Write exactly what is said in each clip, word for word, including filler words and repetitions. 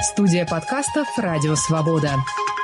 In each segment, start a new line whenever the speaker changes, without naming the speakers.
Студия подкастов «Радио Свобода».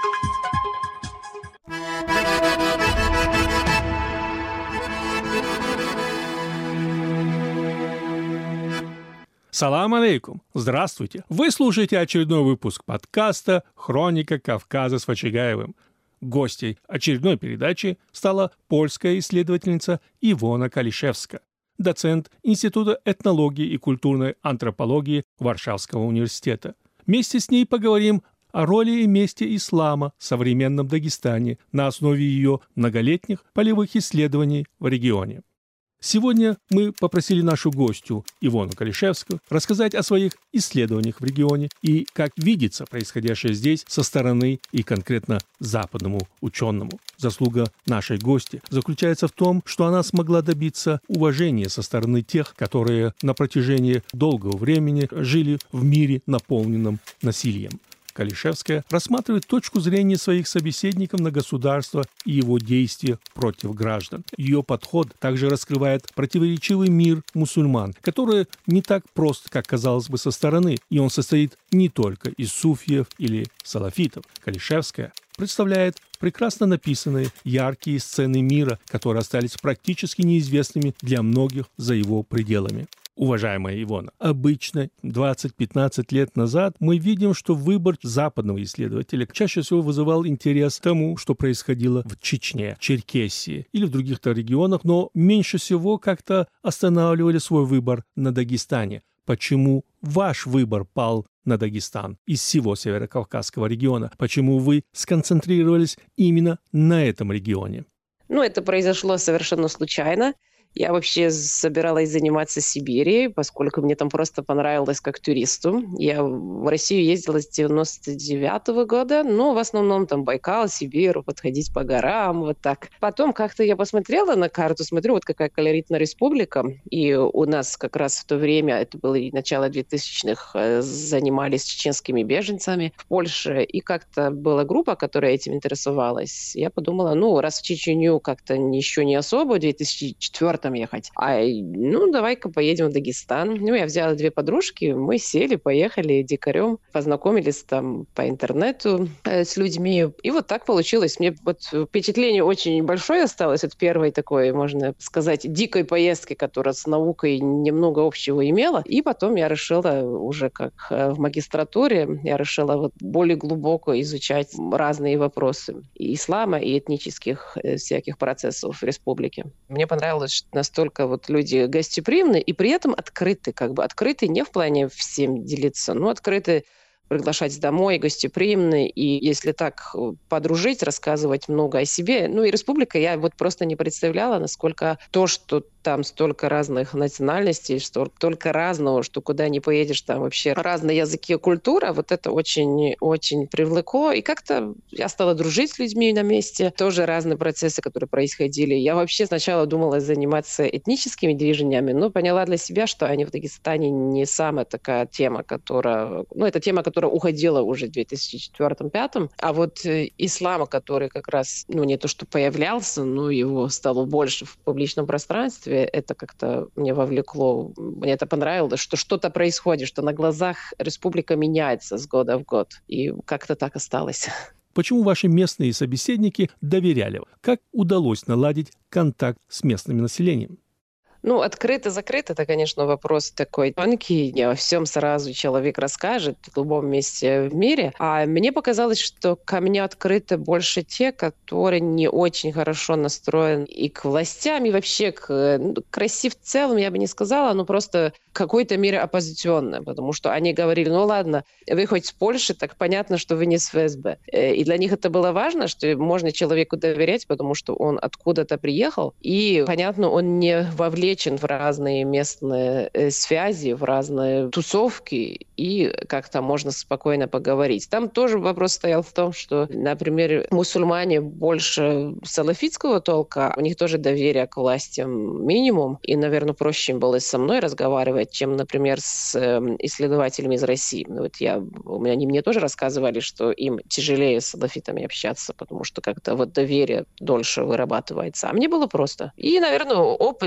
Салам алейкум! Здравствуйте! Вы слушаете очередной выпуск подкаста «Хроника Кавказа» с Вачигаевым. Гостьей очередной передачи стала польская исследовательница Ивона Калишевска, доцент Института этнологии и культурной антропологии Варшавского университета. Вместе с ней поговорим о роли и месте ислама в современном Дагестане на основе ее многолетних полевых исследований в регионе. Сегодня мы попросили нашу гостью Ивону Калишевскую рассказать о своих исследованиях в регионе и как видится происходящее здесь со стороны и конкретно западному ученому. Заслуга нашей гости заключается в том, что она смогла добиться уважения со стороны тех, которые на протяжении долгого времени жили в мире, наполненном насилием. Калишевская рассматривает точку зрения своих собеседников на государство и его действия против граждан. Ее подход также раскрывает противоречивый мир мусульман, который не так прост, как казалось бы со стороны, и он состоит не только из суфиев или салафитов. Калишевская представляет прекрасно написанные яркие сцены мира, которые остались практически неизвестными для многих за его пределами. Уважаемая Ивона, обычно двадцать-пятнадцать лет назад мы видим, что выбор западного исследователя чаще всего вызывал интерес к тому, что происходило в Чечне, Черкесии или в других регионах, но меньше всего как-то останавливали свой выбор на Дагестане. Почему ваш выбор пал на Дагестан из всего Северокавказского региона? Почему вы сконцентрировались именно на этом регионе?
Ну, это произошло совершенно случайно. Я вообще собиралась заниматься Сибирью, поскольку мне там просто понравилось как туристу. Я в Россию ездила с девяносто девятого года, но в основном там Байкал, Сибирь, подходить по горам, вот так. Потом как-то я посмотрела на карту, смотрю, вот какая колоритная республика, и у нас как раз в то время, это было начало двухтысячных, занимались чеченскими беженцами в Польше, и как-то была группа, которая этим интересовалась. Я подумала, ну, раз в Чечню как-то еще не особо, в две тысячи четвёртом ехать. А, ну, давай-ка поедем в Дагестан. Ну, я взяла две подружки, мы сели, поехали дикарем, познакомились там по интернету э, с людьми. И вот так получилось. Мне вот впечатление очень большое осталось от первой такой, можно сказать, дикой поездки, которая с наукой немного общего имела. И потом я решила уже как в магистратуре, я решила вот более глубоко изучать разные вопросы и ислама, и этнических э, всяких процессов в республике. Мне понравилось, что настолько вот люди гостеприимны и при этом открыты, как бы открыты не в плане всем делиться, но открыты приглашать домой, гостеприимны, и если так подружить, рассказывать много о себе. Ну и республика, я вот просто не представляла, насколько то, что там столько разных национальностей, что столько разного, что куда ни поедешь, там вообще разные языки и культура, вот это очень-очень привлекло. И как-то я стала дружить с людьми на месте, тоже разные процессы, которые происходили. Я вообще сначала думала заниматься этническими движениями, но поняла для себя, что они в Дагестане не самая такая тема, которая... Ну, это тема, которая которая уходила уже в две тысячи четвёртом-две тысячи пятом, а вот э, ислама, который как раз, ну, не то что появлялся, но его стало больше в публичном пространстве, это как-то мне вовлекло, мне это понравилось, что что-то происходит, что на глазах республика меняется с года в год, и как-то так осталось.
Почему ваши местные собеседники доверяли? Как удалось наладить контакт с местным населением?
Ну, открыто-закрыто, это, конечно, вопрос такой тонкий. Не о всем сразу человек расскажет в любом месте в мире. А мне показалось, что ко мне открыты больше те, которые не очень хорошо настроены и к властям, и вообще к, ну, к России в целом, я бы не сказала, но просто в какой-то мере оппозиционная, потому что они говорили, ну ладно, вы хоть с Польши, так понятно, что вы не с ФСБ. И для них это было важно, что можно человеку доверять, потому что он откуда-то приехал, и, понятно, он не вовлечен в разные местные э, связи, в разные тусовки, и как-то можно спокойно поговорить. Там тоже вопрос стоял в том, что, например, мусульмане больше салафитского толка, у них тоже доверие к властям минимум, и, наверное, проще им было со мной разговаривать, чем, например, с э, исследователями из России. Ну, вот я, у меня, они мне тоже рассказывали, что им тяжелее с салафитами общаться, потому что как-то вот доверие дольше вырабатывается. А мне было просто. И, наверное, опыт исследователей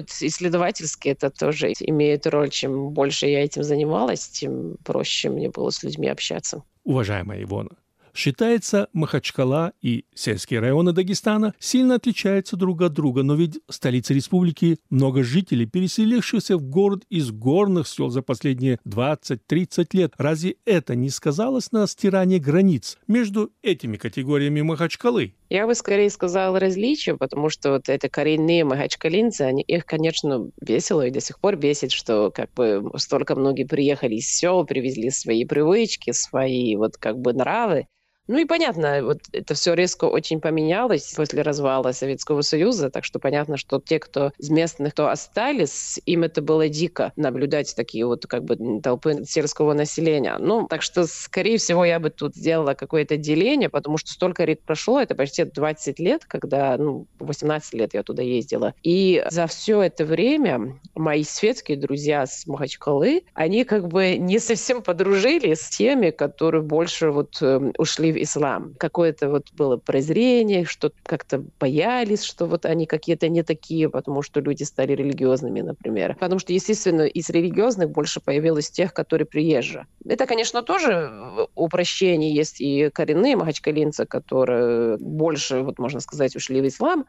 преподавательски это тоже имеет роль. Чем больше я этим занималась, тем проще мне было с людьми общаться.
Уважаемая Ивона, считается, Махачкала и сельские районы Дагестана сильно отличаются друг от друга, но ведь в столице республики много жителей, переселившихся в город из горных сел за последние двадцать-тридцать лет. Разве это не сказалось на стирании границ между этими категориями Махачкалы?
Я бы скорее сказала различия, потому что вот это коренные махачкалинцы, они, их, конечно, весело и до сих пор бесит, что как бы столько многие приехали из сел, привезли свои привычки, свои вот как бы нравы. Ну и понятно, вот это все резко очень поменялось после развала Советского Союза, так что понятно, что те, кто из местных, кто остались, им это было дико наблюдать такие вот как бы толпы сельского населения. Ну, так что, скорее всего, я бы тут сделала какое-то деление, потому что столько лет прошло, это почти двадцать лет, когда, ну, восемнадцать лет я туда ездила. И за все это время мои светские друзья с Махачкалы, они как бы не совсем подружились с теми, которые больше вот э, ушли в ислам. Какое-то вот было презрение, что как-то боялись, что вот они какие-то не такие, потому что люди стали религиозными, например. Потому что, естественно, из религиозных больше появилось тех, которые приезжие. Это, конечно, тоже упрощение. Есть и коренные махачкалинцы, которые больше, вот можно сказать, ушли в ислам.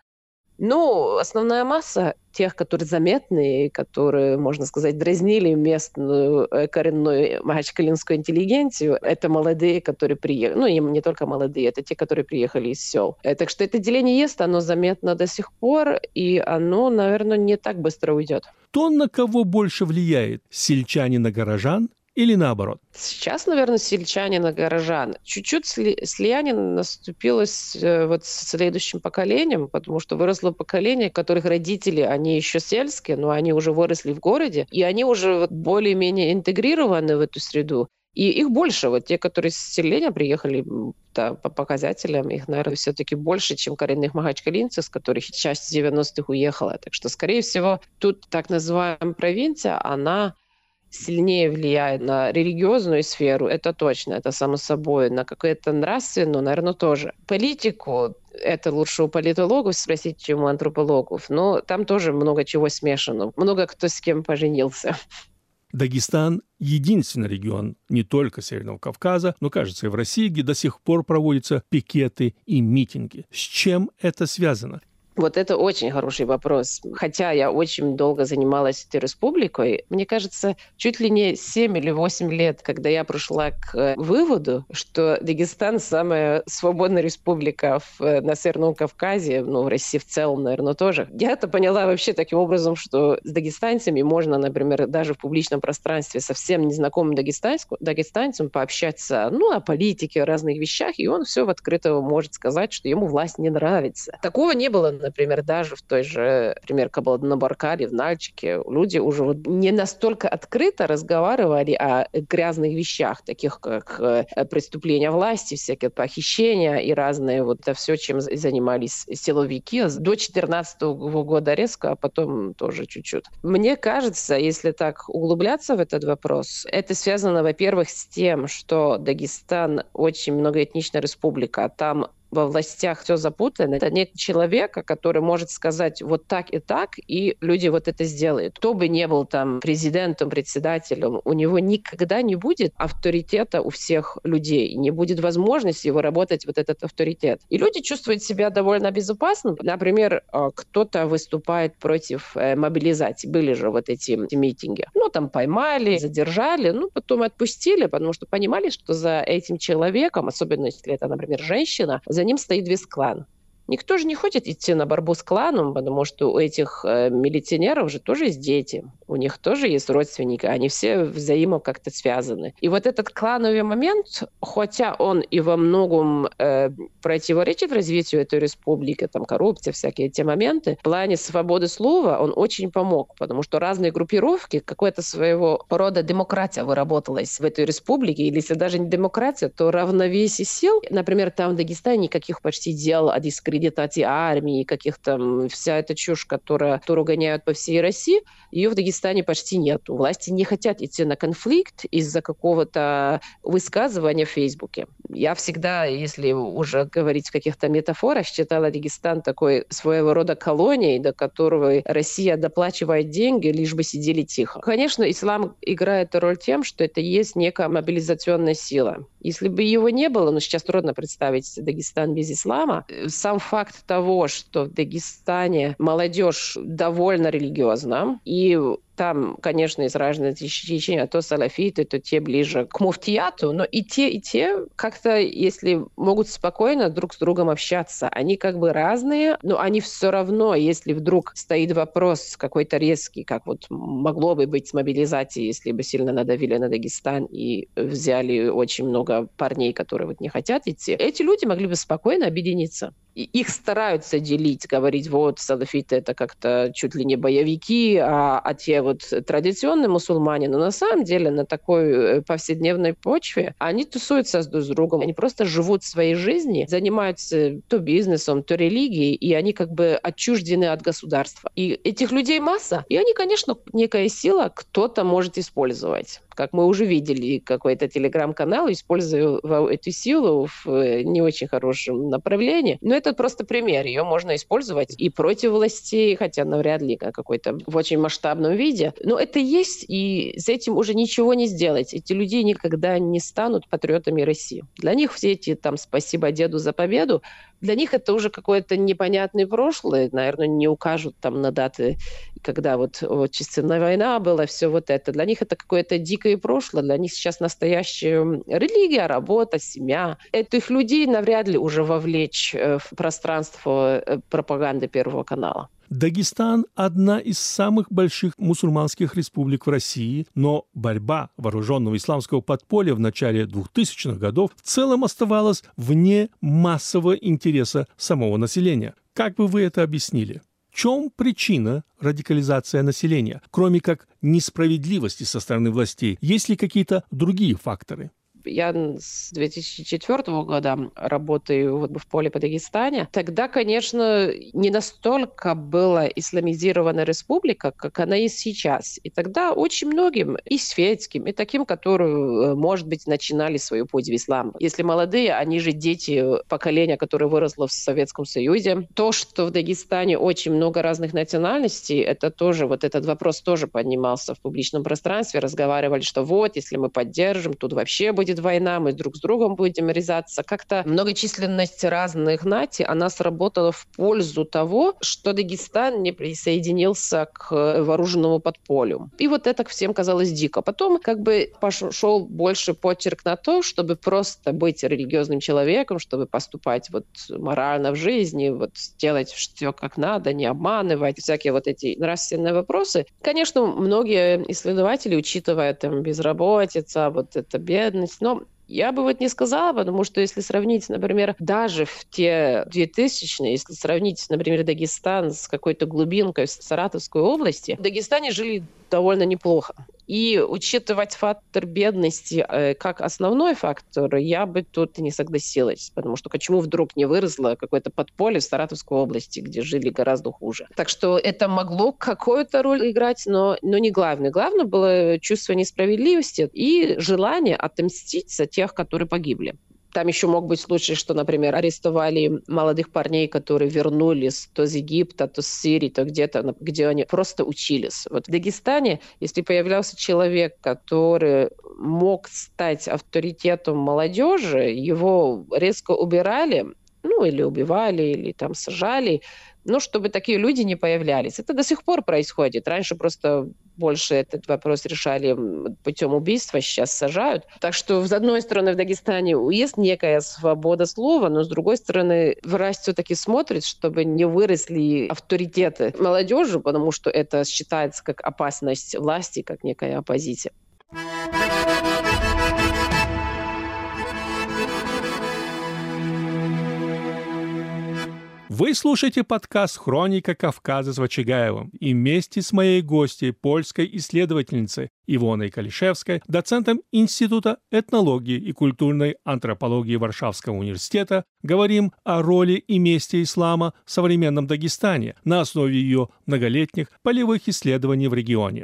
Но основная масса тех, которые заметные, которые, можно сказать, дразнили местную коренную махачкалинскую интеллигенцию, это молодые, которые приехали. Ну, и не только молодые, это те, которые приехали из сел. Так что это деление есть, оно заметно до сих пор, и оно, наверное, не так быстро уйдет.
То, на кого больше влияет, сельчане на горожан или наоборот?
Сейчас, наверное, сельчане на горожан. Чуть-чуть сли- слияние наступило с, э, вот с следующим поколением, потому что выросло поколение, которых родители, они еще сельские, но они уже выросли в городе, и они уже вот более-менее интегрированы в эту среду. И их больше. Вот те, которые с селения приехали, да, по показателям, их, наверное, все-таки больше, чем коренных махачкалинцев, с которых часть девяностых уехала. Так что, скорее всего, тут так называемая провинция, она сильнее влияет на религиозную сферу, это точно, это само собой, на какое-то нравственное, наверное, тоже. Политику, это лучше у политологов спросить, чем у антропологов, но там тоже много чего смешано, много кто с кем поженился.
Дагестан – единственный регион не только Северного Кавказа, но, кажется, и в России, где до сих пор проводятся пикеты и митинги. С чем это связано?
Вот это очень хороший вопрос. Хотя я очень долго занималась этой республикой, мне кажется, чуть ли не семь или восемь лет, когда я пришла к выводу, что Дагестан самая свободная республика в, на Северном Кавказе, ну, в России в целом, наверное, тоже. Я это поняла вообще таким образом, что с дагестанцами можно, например, даже в публичном пространстве совсем незнакомым дагестанцем пообщаться, ну, о политике, о разных вещах, и он все в открытого может сказать, что ему власть не нравится. Такого не было, например, даже в той же, например, Кабардино-Балкарии, в Нальчике, люди уже вот не настолько открыто разговаривали о грязных вещах, таких как преступления власти, всякие похищения и разные, вот это все, чем занимались силовики до две тысячи четырнадцатого года резко, а потом тоже чуть-чуть. Мне кажется, если так углубляться в этот вопрос, это связано, во-первых, с тем, что Дагестан очень многоэтничная республика, а там во властях все запутано. Это нет человека, который может сказать вот так и так, и люди вот это сделают. Кто бы ни был там президентом, председателем, у него никогда не будет авторитета у всех людей, не будет возможности его работать вот этот авторитет. И люди чувствуют себя довольно безопасно. Например, кто-то выступает против мобилизации. Были же вот эти митинги. Ну, там поймали, задержали, ну, потом отпустили, потому что понимали, что за этим человеком, особенно если это, например, женщина, за ним стоит весь клан. Никто же не хочет идти на борьбу с кланом, потому что у этих э, милиционеров же тоже есть дети, у них тоже есть родственники, они все взаимо как-то связаны. И вот этот клановый момент, хотя он и во многом э, противоречит развитию этой республики, там коррупция, всякие эти моменты, в плане свободы слова он очень помог, потому что разные группировки, какое-то своего рода демократия выработалась в этой республике, или если даже не демократия, то равновесие сил. Например, там в Дагестане никаких почти дел о дискредитации армии, каких-то, вся эта чушь, которая, которую гоняют по всей России, ее в Дагестане почти нет. Власти не хотят идти на конфликт из-за какого-то высказывания в Фейсбуке. Я всегда, если уже говорить в каких-то метафорах, считала Дагестан такой своего рода колонией, до которого Россия доплачивает деньги, лишь бы сидели тихо. Конечно, ислам играет роль тем, что это есть некая мобилизационная сила. Если бы его не было, ну сейчас трудно представить Дагестан без ислама, сам факт того, что в Дагестане молодежь довольно религиозна, и там, конечно, из разных течений, то салафиты, то те ближе к муфтияту, но и те, и те как-то, если могут спокойно друг с другом общаться, они как бы разные, но они все равно, если вдруг стоит вопрос какой-то резкий, как вот могло бы быть с мобилизацией, если бы сильно надавили на Дагестан и взяли очень много парней, которые вот не хотят идти, эти люди могли бы спокойно объединиться. И их стараются делить, говорить, вот, салафиты это как-то чуть ли не боевики, а, а те вот традиционные мусульмане. Но на самом деле на такой повседневной почве они тусуются друг с другом, они просто живут своей жизнью, занимаются то бизнесом, то религией, и они как бы отчуждены от государства. И этих людей масса, и они, конечно, некая сила кто-то может использовать. Как мы уже видели, какой-то телеграм-канал использует эту силу в не очень хорошем направлении. Но это просто пример. Ее можно использовать и против властей, хотя навряд ли какой-то в очень масштабном виде. Но это есть, и с этим уже ничего не сделать. Эти люди никогда не станут патриотами России. Для них все эти там «спасибо деду за победу», для них это уже какое-то непонятное прошлое. Наверное, не укажут там на даты, когда вот Отечественная война была, все вот это. Для них это какое-то дикое прошлое. Для них сейчас настоящая религия, работа, семья. Этих людей навряд ли уже вовлечь в пространство пропаганды Первого канала.
Дагестан – одна из самых больших мусульманских республик в России, но борьба вооруженного исламского подполья в начале двухтысячных годов в целом оставалась вне массового интереса самого населения. Как бы вы это объяснили? В чем причина радикализации населения, кроме как несправедливости со стороны властей? Есть ли какие-то другие факторы?
Я с две тысячи четвёртого года работаю вот в поле по Дагестане. Тогда, конечно, не настолько была исламизирована республика, как она есть сейчас. И тогда очень многим, и светским, и таким, которые, может быть, начинали свою путь в ислам. Если молодые, они же дети поколения, которое выросло в Советском Союзе. То, что в Дагестане очень много разных национальностей, это тоже, вот этот вопрос тоже поднимался в публичном пространстве. Разговаривали, что вот, если мы поддержим, тут вообще будет война, мы друг с другом будем резаться. Как-то многочисленность разных наций, она сработала в пользу того, что Дагестан не присоединился к вооруженному подполью. И вот это всем казалось дико. Потом как бы пошел больше почерк на то, чтобы просто быть религиозным человеком, чтобы поступать вот морально в жизни, вот делать все как надо, не обманывать, всякие вот эти нравственные вопросы. Конечно, многие исследователи, учитывая там безработицу, вот эта бедность, но я бы вот не сказала, потому что если сравнить, например, даже в те двухтысячные, если сравнить, например, Дагестан с какой-то глубинкой в Саратовской области, в Дагестане жили довольно неплохо. И учитывать фактор бедности э, как основной фактор, я бы тут не согласилась, потому что почему вдруг не выросло какое-то подполье в Саратовской области, где жили гораздо хуже. Так что это могло какую-то роль играть, но, но не главное. Главное было чувство несправедливости и желание отомстить за тех, которые погибли. Там еще мог быть случай, что, например, арестовали молодых парней, которые вернулись то из Египта, то с Сирии, то где-то, где они просто учились. Вот в Дагестане, если появлялся человек, который мог стать авторитетом молодежи, его резко убирали, ну, или убивали, или там сажали, ну, чтобы такие люди не появлялись. Это до сих пор происходит. Раньше просто больше этот вопрос решали путем убийства, сейчас сажают. Так что, с одной стороны, в Дагестане есть некая свобода слова, но, с другой стороны, власть все-таки смотрит, чтобы не выросли авторитеты молодежи, потому что это считается как опасность власти, как некая оппозиция.
Вы слушаете подкаст «Хроника Кавказа» с Вачигаевым и вместе с моей гостьей, польской исследовательницей Ивоной Калишевской, доцентом Института этнологии и культурной антропологии Варшавского университета, говорим о роли и месте ислама в современном Дагестане на основе ее многолетних полевых исследований в регионе.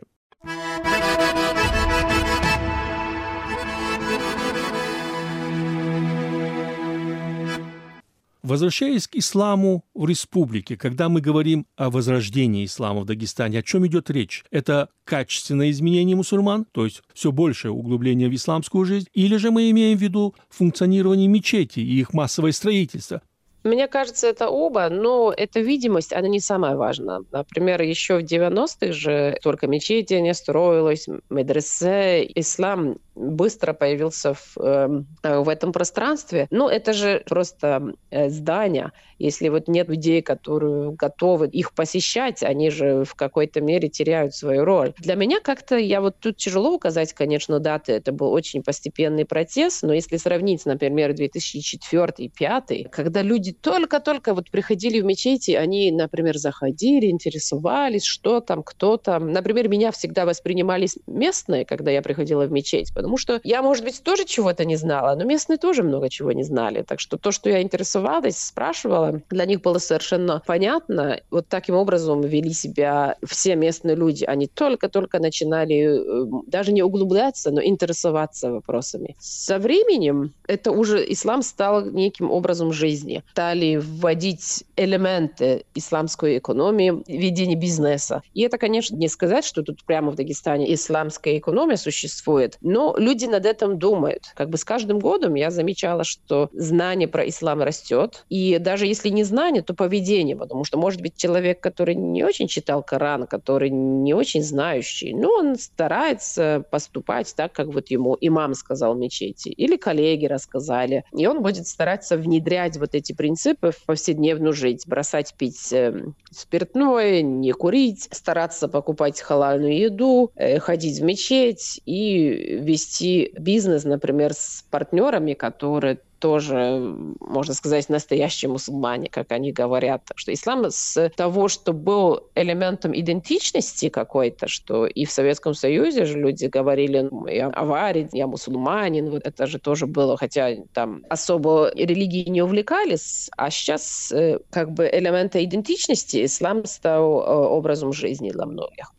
Возвращаясь к исламу в республике, когда мы говорим о возрождении ислама в Дагестане, о чем идет речь? Это качественное изменение мусульман, то есть все большее углубление в исламскую жизнь, или же мы имеем в виду функционирование мечетей и их массовое строительство?
Мне кажется, это оба, но эта видимость, она не самая важная. Например, еще в девяностых же только мечети не строилось, медресе, ислам быстро появился в, э, в этом пространстве. Но это же просто э, здания. Если вот нет людей, которые готовы их посещать, они же в какой-то мере теряют свою роль. Для меня как-то, я вот тут тяжело указать, конечно, даты. Это был очень постепенный процесс, но если сравнить, например, две тысячи четвёртый - две тысячи пятый, когда люди только-только вот приходили в мечети, они, например, заходили, интересовались, что там, кто там. Например, меня всегда воспринимали местные, когда я приходила в мечеть, потому что я, может быть, тоже чего-то не знала, но местные тоже много чего не знали. Так что то, что я интересовалась, спрашивала, для них было совершенно понятно. Вот таким образом вели себя все местные люди. Они только-только начинали даже не углубляться, но интересоваться вопросами. Со временем это уже ислам стал неким образом жизни. Стали вводить элементы исламской экономии в ведении бизнеса. И это, конечно, не сказать, что тут прямо в Дагестане исламская экономия существует, но люди над этим думают. Как бы с каждым годом я замечала, что знание про ислам растет. И даже если не знание, то поведение. Потому что, может быть, человек, который не очень читал Коран, который не очень знающий, но он старается поступать так, как вот ему имам сказал в мечети. Или коллеги рассказали. И он будет стараться внедрять вот эти принципы в повседневную жизнь. Бросать пить э, спиртное, не курить, стараться покупать халальную еду, э, ходить в мечеть и вести бизнес, например, с партнерами, которые тоже, можно сказать, настоящие мусульмане, как они говорят. Так что ислам с того, что был элементом идентичности какой-то, что и в Советском Союзе же люди говорили, я аварий, я мусульманин, вот это же тоже было, хотя там особо религией не увлекались, а сейчас как бы элемента идентичности ислам стал образом жизни для многих.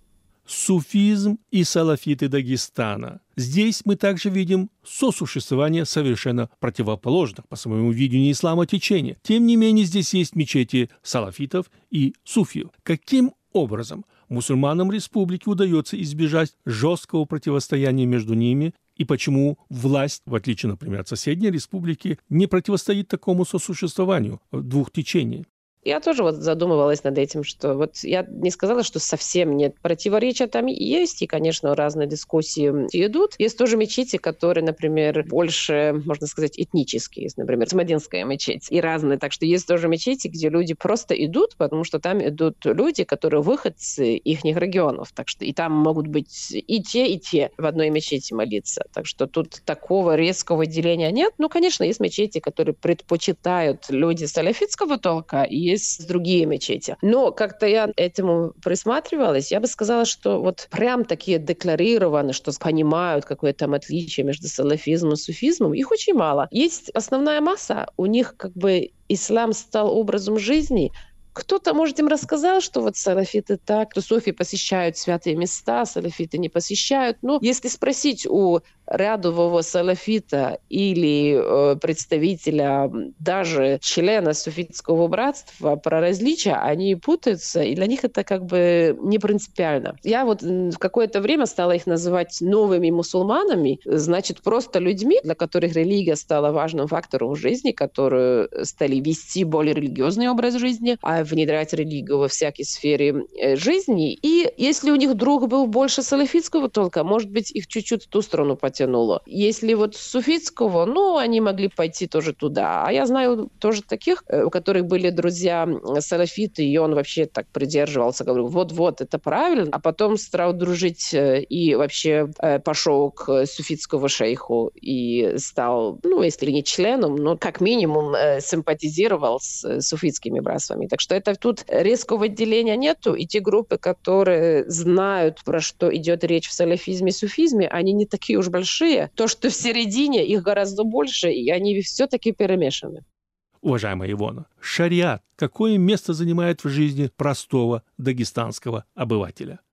Суфизм и салафиты Дагестана. Здесь мы также видим сосуществование совершенно противоположных по своему видению ислама течения. Тем не менее, здесь есть мечети салафитов и суфиев. Каким образом мусульманам республики удается избежать жесткого противостояния между ними, и почему власть, в отличие, например, от соседней республики, не противостоит такому сосуществованию двух течений?
Я тоже вот задумывалась над этим, что вот я не сказала, что совсем нет противоречия, там есть, и, конечно, разные дискуссии идут. Есть тоже мечети, которые, например, больше, можно сказать, этнические. Есть, например, Смодинская мечеть и разные. Так что есть тоже мечети, где люди просто идут, потому что там идут люди, которые выходцы их регионов. Так что и там могут быть и те, и те в одной мечети молиться. Так что тут такого резкого деления нет. Ну, конечно, есть мечети, которые предпочитают люди салафитского толка, и есть другие мечети. Но как-то я этому присматривалась, я бы сказала, что вот прям такие декларированные, что понимают какое-то там отличие между салафизмом и суфизмом, их очень мало. Есть основная масса, у них как бы ислам стал образом жизни. Кто-то, может, им рассказал, что вот салафиты так, что суфи посещают святые места, салафиты не посещают. Но если спросить у рядового салафита или э, представителя, даже члена суфитского братства про различия, они путаются, и для них это как бы не принципиально. Я вот в какое-то время стала их называть новыми мусульманами, значит, просто людьми, для которых религия стала важным фактором в жизни, которые стали вести более религиозный образ жизни, а внедрять религию во всякой сфере жизни. И если у них друг был больше салафитского толка, может быть, их чуть-чуть в ту сторону потянуло. Если вот суфитского, ну, они могли пойти тоже туда. А я знаю тоже таких, у которых были друзья салафиты, и он вообще так придерживался, говорил, вот-вот, это правильно, а потом стал дружить и вообще пошел к суфитскому шейху и стал, ну, если не членом, но как минимум симпатизировал с суфитскими братствами. Так что это тут резкого отделения нету, и те группы, которые знают, про что идет речь в салафизме и суфизме, они не такие уж большие. То, что в середине, их гораздо больше, и они все-таки перемешаны.
Уважаемая Ивона, шариат какое место занимает в жизни простого дагестанского обывателя?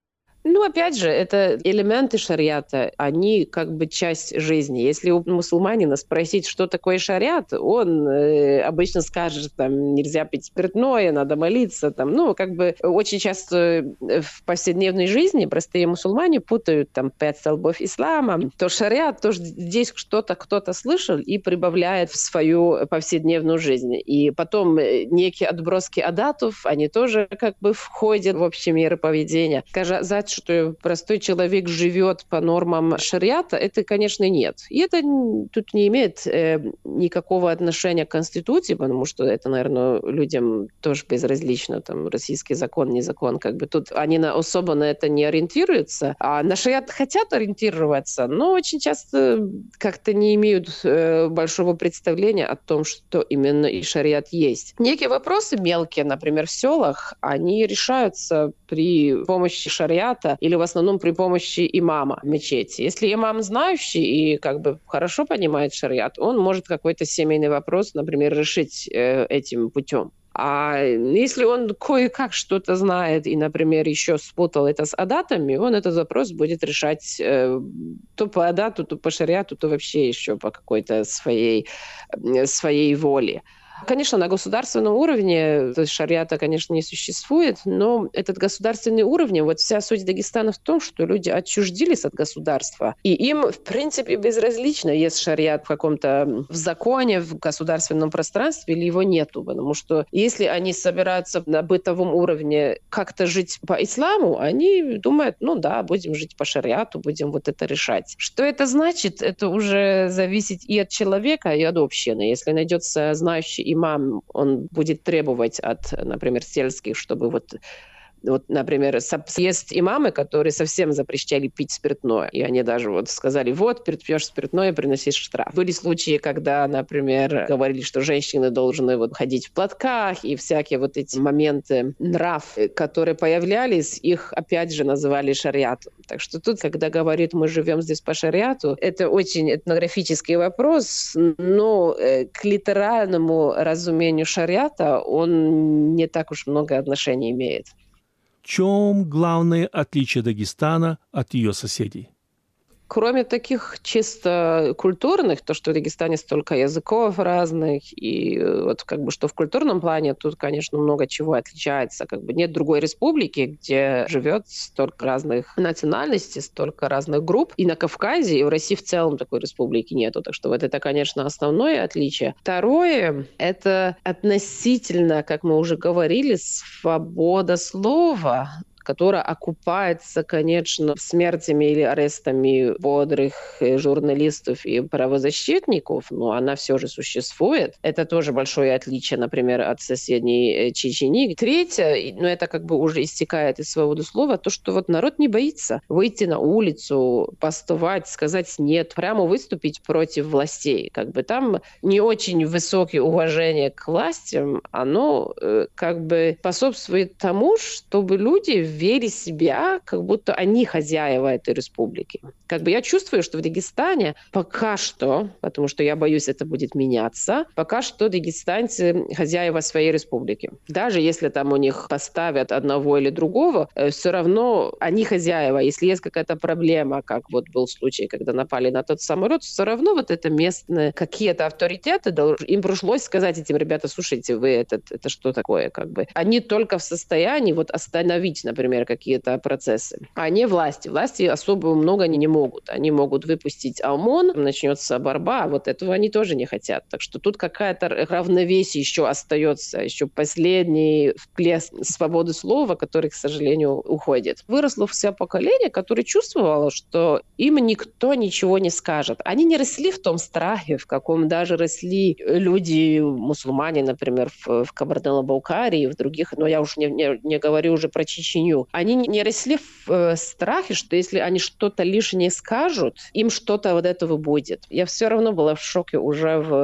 Ну, опять же, это элементы шариата, они как бы часть жизни. Если у мусульманина спросить, что такое шариат, он э, обычно скажет, там, нельзя пить спиртное, надо молиться. Там. Ну, как бы очень часто в повседневной жизни простые мусульмане путают там пять столбов ислама. То шариат, то здесь что-то кто-то слышал и прибавляет в свою повседневную жизнь. И потом некие отброски адатов, они тоже как бы входят в общие меры поведения. Сказать, что простой человек живет по нормам шариата, это, конечно, нет. И это тут не имеет э, никакого отношения к Конституции, потому что это, наверное, людям тоже безразлично, там, российский закон, не закон, как бы тут они на, особо на это не ориентируются, а на шариат хотят ориентироваться, но очень часто как-то не имеют э, большого представления о том, что именно и шариат есть. Некие вопросы мелкие, например, в селах, они решаются при помощи шариата или в основном при помощи имама в мечети. Если имам знающий и как бы хорошо понимает шариат, он может какой-то семейный вопрос, например, решить э, этим путем. А если он кое-как что-то знает и, например, еще спутал это с адатами, он этот вопрос будет решать э, то по адату, то по шариату, то вообще еще по какой-то своей, э, своей воле. Конечно, на государственном уровне то есть шариата, конечно, не существует, но этот государственный уровень, вот вся суть Дагестана в том, что люди отчуждились от государства, и им, в принципе, безразлично, есть шариат в каком-то в законе, в государственном пространстве, или его нету, потому что если они собираются на бытовом уровне как-то жить по исламу, они думают, ну да, будем жить по шариату, будем вот это решать. Что это значит? Это уже зависит и от человека, и от общины. Если найдется знающий имам, он будет требовать от, например, сельских, чтобы вот Вот, например, есть имамы, которые совсем запрещали пить спиртное. И они даже вот сказали, вот, пьешь спиртное, приносишь штраф. Были случаи, когда, например, говорили, что женщины должны вот ходить в платках, и всякие вот эти моменты нрав, которые появлялись, их опять же называли шариатом. Так что тут, когда говорит, мы живем здесь по шариату, это очень этнографический вопрос, но к литеральному разумению шариата он не так уж много отношений имеет.
В чем главное отличие Дагестана от ее соседей?
Кроме таких чисто культурных, то, что в Дагестане столько языков разных, и вот как бы что в культурном плане, тут, конечно, много чего отличается. Как бы нет другой республики, где живет столько разных национальностей, столько разных групп. И на Кавказе, и в России в целом такой республики нету. Так что вот это, конечно, основное отличие. Второе, это относительно, как мы уже говорили, свобода слова, которая окупается, конечно, смертями или арестами бодрых журналистов и правозащитников, но она все же существует. Это тоже большое отличие, например, от соседней Чечни. Третье, ну это как бы уже истекает из свободы слова, то, что вот народ не боится выйти на улицу, бастовать, сказать нет, прямо выступить против властей. Как бы там не очень высокое уважение к властям, оно э, как бы способствует тому, чтобы люди вери себя, как будто они хозяева этой республики. Как бы я чувствую, что в Дагестане пока что, потому что я боюсь, это будет меняться, пока что дагестанцы хозяева своей республики. Даже если там у них поставят одного или другого, все равно они хозяева. Если есть какая-то проблема, как вот был случай, когда напали на тот самолет, все равно вот это местные какие-то авторитеты, им пришлось сказать этим, ребята, слушайте, вы это, это что такое? Как бы они только в состоянии вот остановить, например, например, какие-то процессы. А не власти. Власти особо много они не могут. Они могут выпустить ОМОН, начнется борьба, а вот этого они тоже не хотят. Так что тут какая-то равновесие еще остается, еще последний всплеск свободы слова, который, к сожалению, уходит. Выросло все поколение, которое чувствовало, что им никто ничего не скажет. Они не росли в том страхе, в каком даже росли люди, мусульмане, например, в, в Кабардино-Балкарии, в других, но я уж не, не, не говорю уже про Чечню. Они не росли в э, страхе, что если они что-то лишнее скажут, им что-то вот этого будет. Я все равно была в шоке уже в, ну,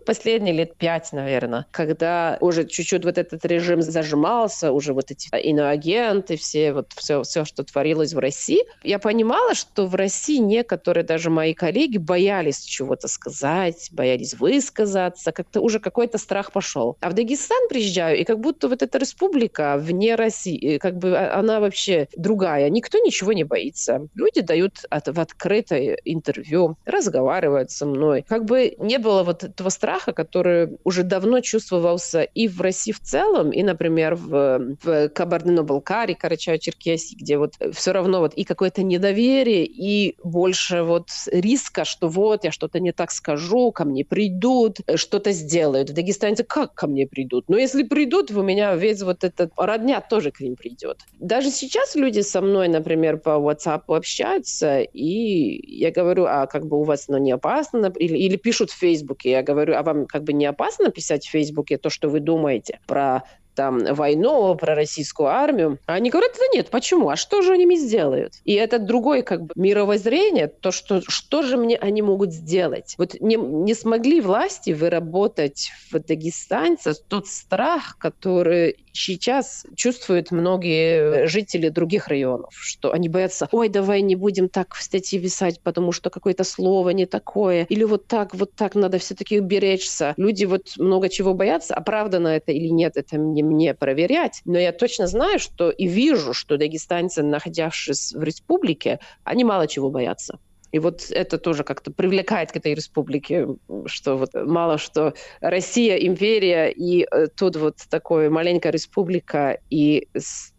последние лет пять, наверное, когда уже чуть-чуть вот этот режим зажимался, уже вот эти иноагенты, все, вот все, все, что творилось в России, я понимала, что в России некоторые, даже мои коллеги, боялись чего-то сказать, боялись высказаться, как-то уже какой-то страх пошел. А в Дагестан приезжаю, и как будто вот эта республика вне России, как бы она вообще другая. Никто ничего не боится. Люди дают от, в открытое интервью, разговаривают со мной. Как бы не было вот этого страха, который уже давно чувствовался и в России в целом, и, например, в, в Кабардино-Балкарии, Карачаево-Черкесии, где вот все равно вот и какое-то недоверие, и больше вот риска, что вот я что-то не так скажу, ко мне придут, что-то сделают. В Дагестане как ко мне придут? Но если придут, у меня весь вот этот родня тоже к ним придет. Даже сейчас люди со мной, например, по WhatsApp общаются, и я говорю, а как бы у вас, ну, не опасно? Или, или пишут в Фейсбуке. Я говорю, а вам как бы не опасно писать в Фейсбуке то, что вы думаете про там войну, про российскую армию. А они говорят, да нет, почему? А что же они мне сделают? И это другое как бы мировоззрение, то, что, что же мне они могут сделать? Вот не, не смогли власти выработать в дагестанцах тот страх, который сейчас чувствуют многие жители других районов, что они боятся, ой, давай не будем так в статьи писать, потому что какое-то слово не такое, или вот так, вот так надо все-таки беречься. Люди вот много чего боятся, оправдано это или нет, это не мне проверять, но я точно знаю, что и вижу, что дагестанцы, находясь в республике, они мало чего боятся. И вот это тоже как-то привлекает к этой республике, что вот мало что Россия, империя, и тут вот такая маленькая республика, и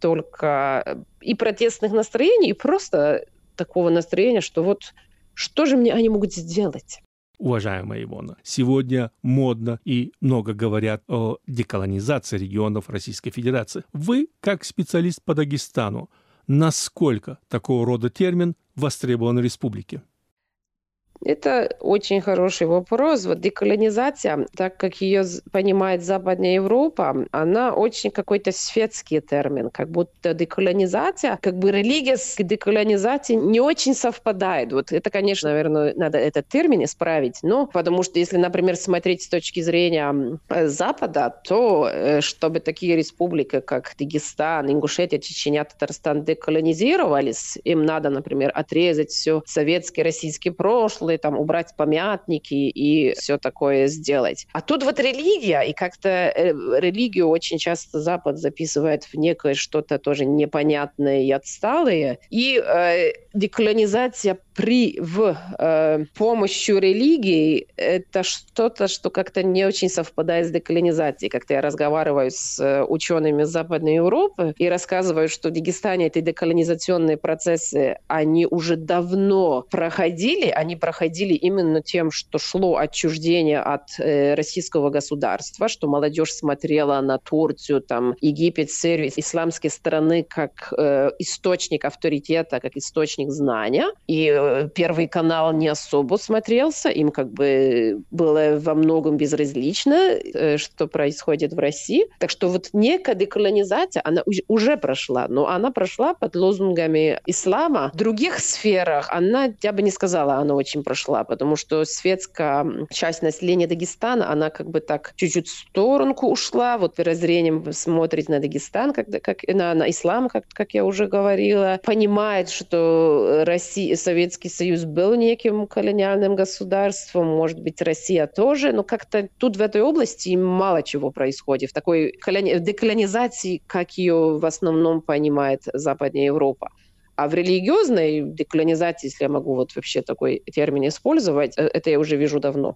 столько и протестных настроений, и просто такого настроения, что вот что же мне они могут сделать?
Уважаемая Ивона, сегодня модно и много говорят о деколонизации регионов Российской Федерации. Вы, как специалист по Дагестану, насколько такого рода термин востребован в республике?
Это очень хороший вопрос. Вот деколонизация, так как ее понимает Западная Европа, она очень какой-то светский термин, как будто деколонизация, как бы религия с деколонизацией не очень совпадает. Вот это, конечно, наверное, надо этот термин исправить, но потому что если, например, смотреть с точки зрения Запада, то чтобы такие республики, как Дагестан, Ингушетия, Чечня, Татарстан деколонизировались, им надо, например, отрезать все советское, российское прошлое, там, убрать памятники и все такое сделать. А тут вот религия, и как-то э, религию очень часто Запад записывает в некое что-то тоже непонятное и отсталое. И э, деколонизация при в э, помощью религии это что-то, что как-то не очень совпадает с деколонизацией. Как-то я разговариваю с э, учеными Западной Европы и рассказываю, что в Дагестане эти деколонизационные процессы, они уже давно проходили, они проходили именно тем, что шло отчуждение от э, российского государства, что молодежь смотрела на Турцию, там, Египет, Сирию, исламские страны как э, источник авторитета, как источник знания. И э, Первый канал не особо смотрелся, им как бы было во многом безразлично, э, что происходит в России. Так что вот некая деколонизация, она уже прошла, но она прошла под лозунгами ислама. В других сферах она, я бы не сказала, она очень прошла, потому что светская часть населения Дагестана, она как бы так чуть-чуть в сторонку ушла, вот подозрением смотрит на Дагестан, как, как, на, на ислам, как, как я уже говорила, понимает, что Россия, Советский Союз был неким колониальным государством, может быть, Россия тоже, но как-то тут в этой области мало чего происходит, в такой колони... деколонизации, как ее в основном понимает Западная Европа. А в религиозной деколонизации, если я могу вот вообще такой термин использовать, это я уже вижу давно.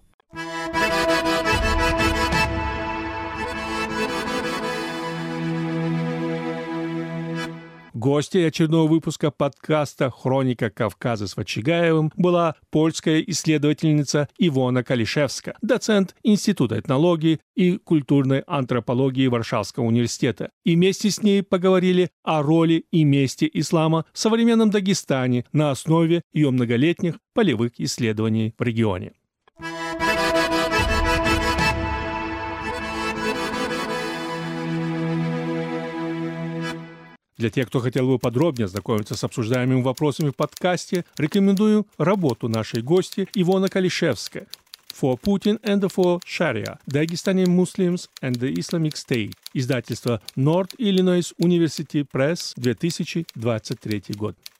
Гостьей очередного выпуска подкаста «Хроника Кавказа» с Вачигаевым была польская исследовательница Ивона Калишевска, доцент Института этнологии и культурной антропологии Варшавского университета. И вместе с ней поговорили о роли и месте ислама в современном Дагестане на основе ее многолетних полевых исследований в регионе. Для тех, кто хотел бы подробнее ознакомиться с обсуждаемыми вопросами в подкасте, рекомендую работу нашей гости Ивона Калишевска. for Putin and for Sharia, Dagestani Muslims and the Islamic State. Издательство North Illinois University Press, две тысячи двадцать третий год.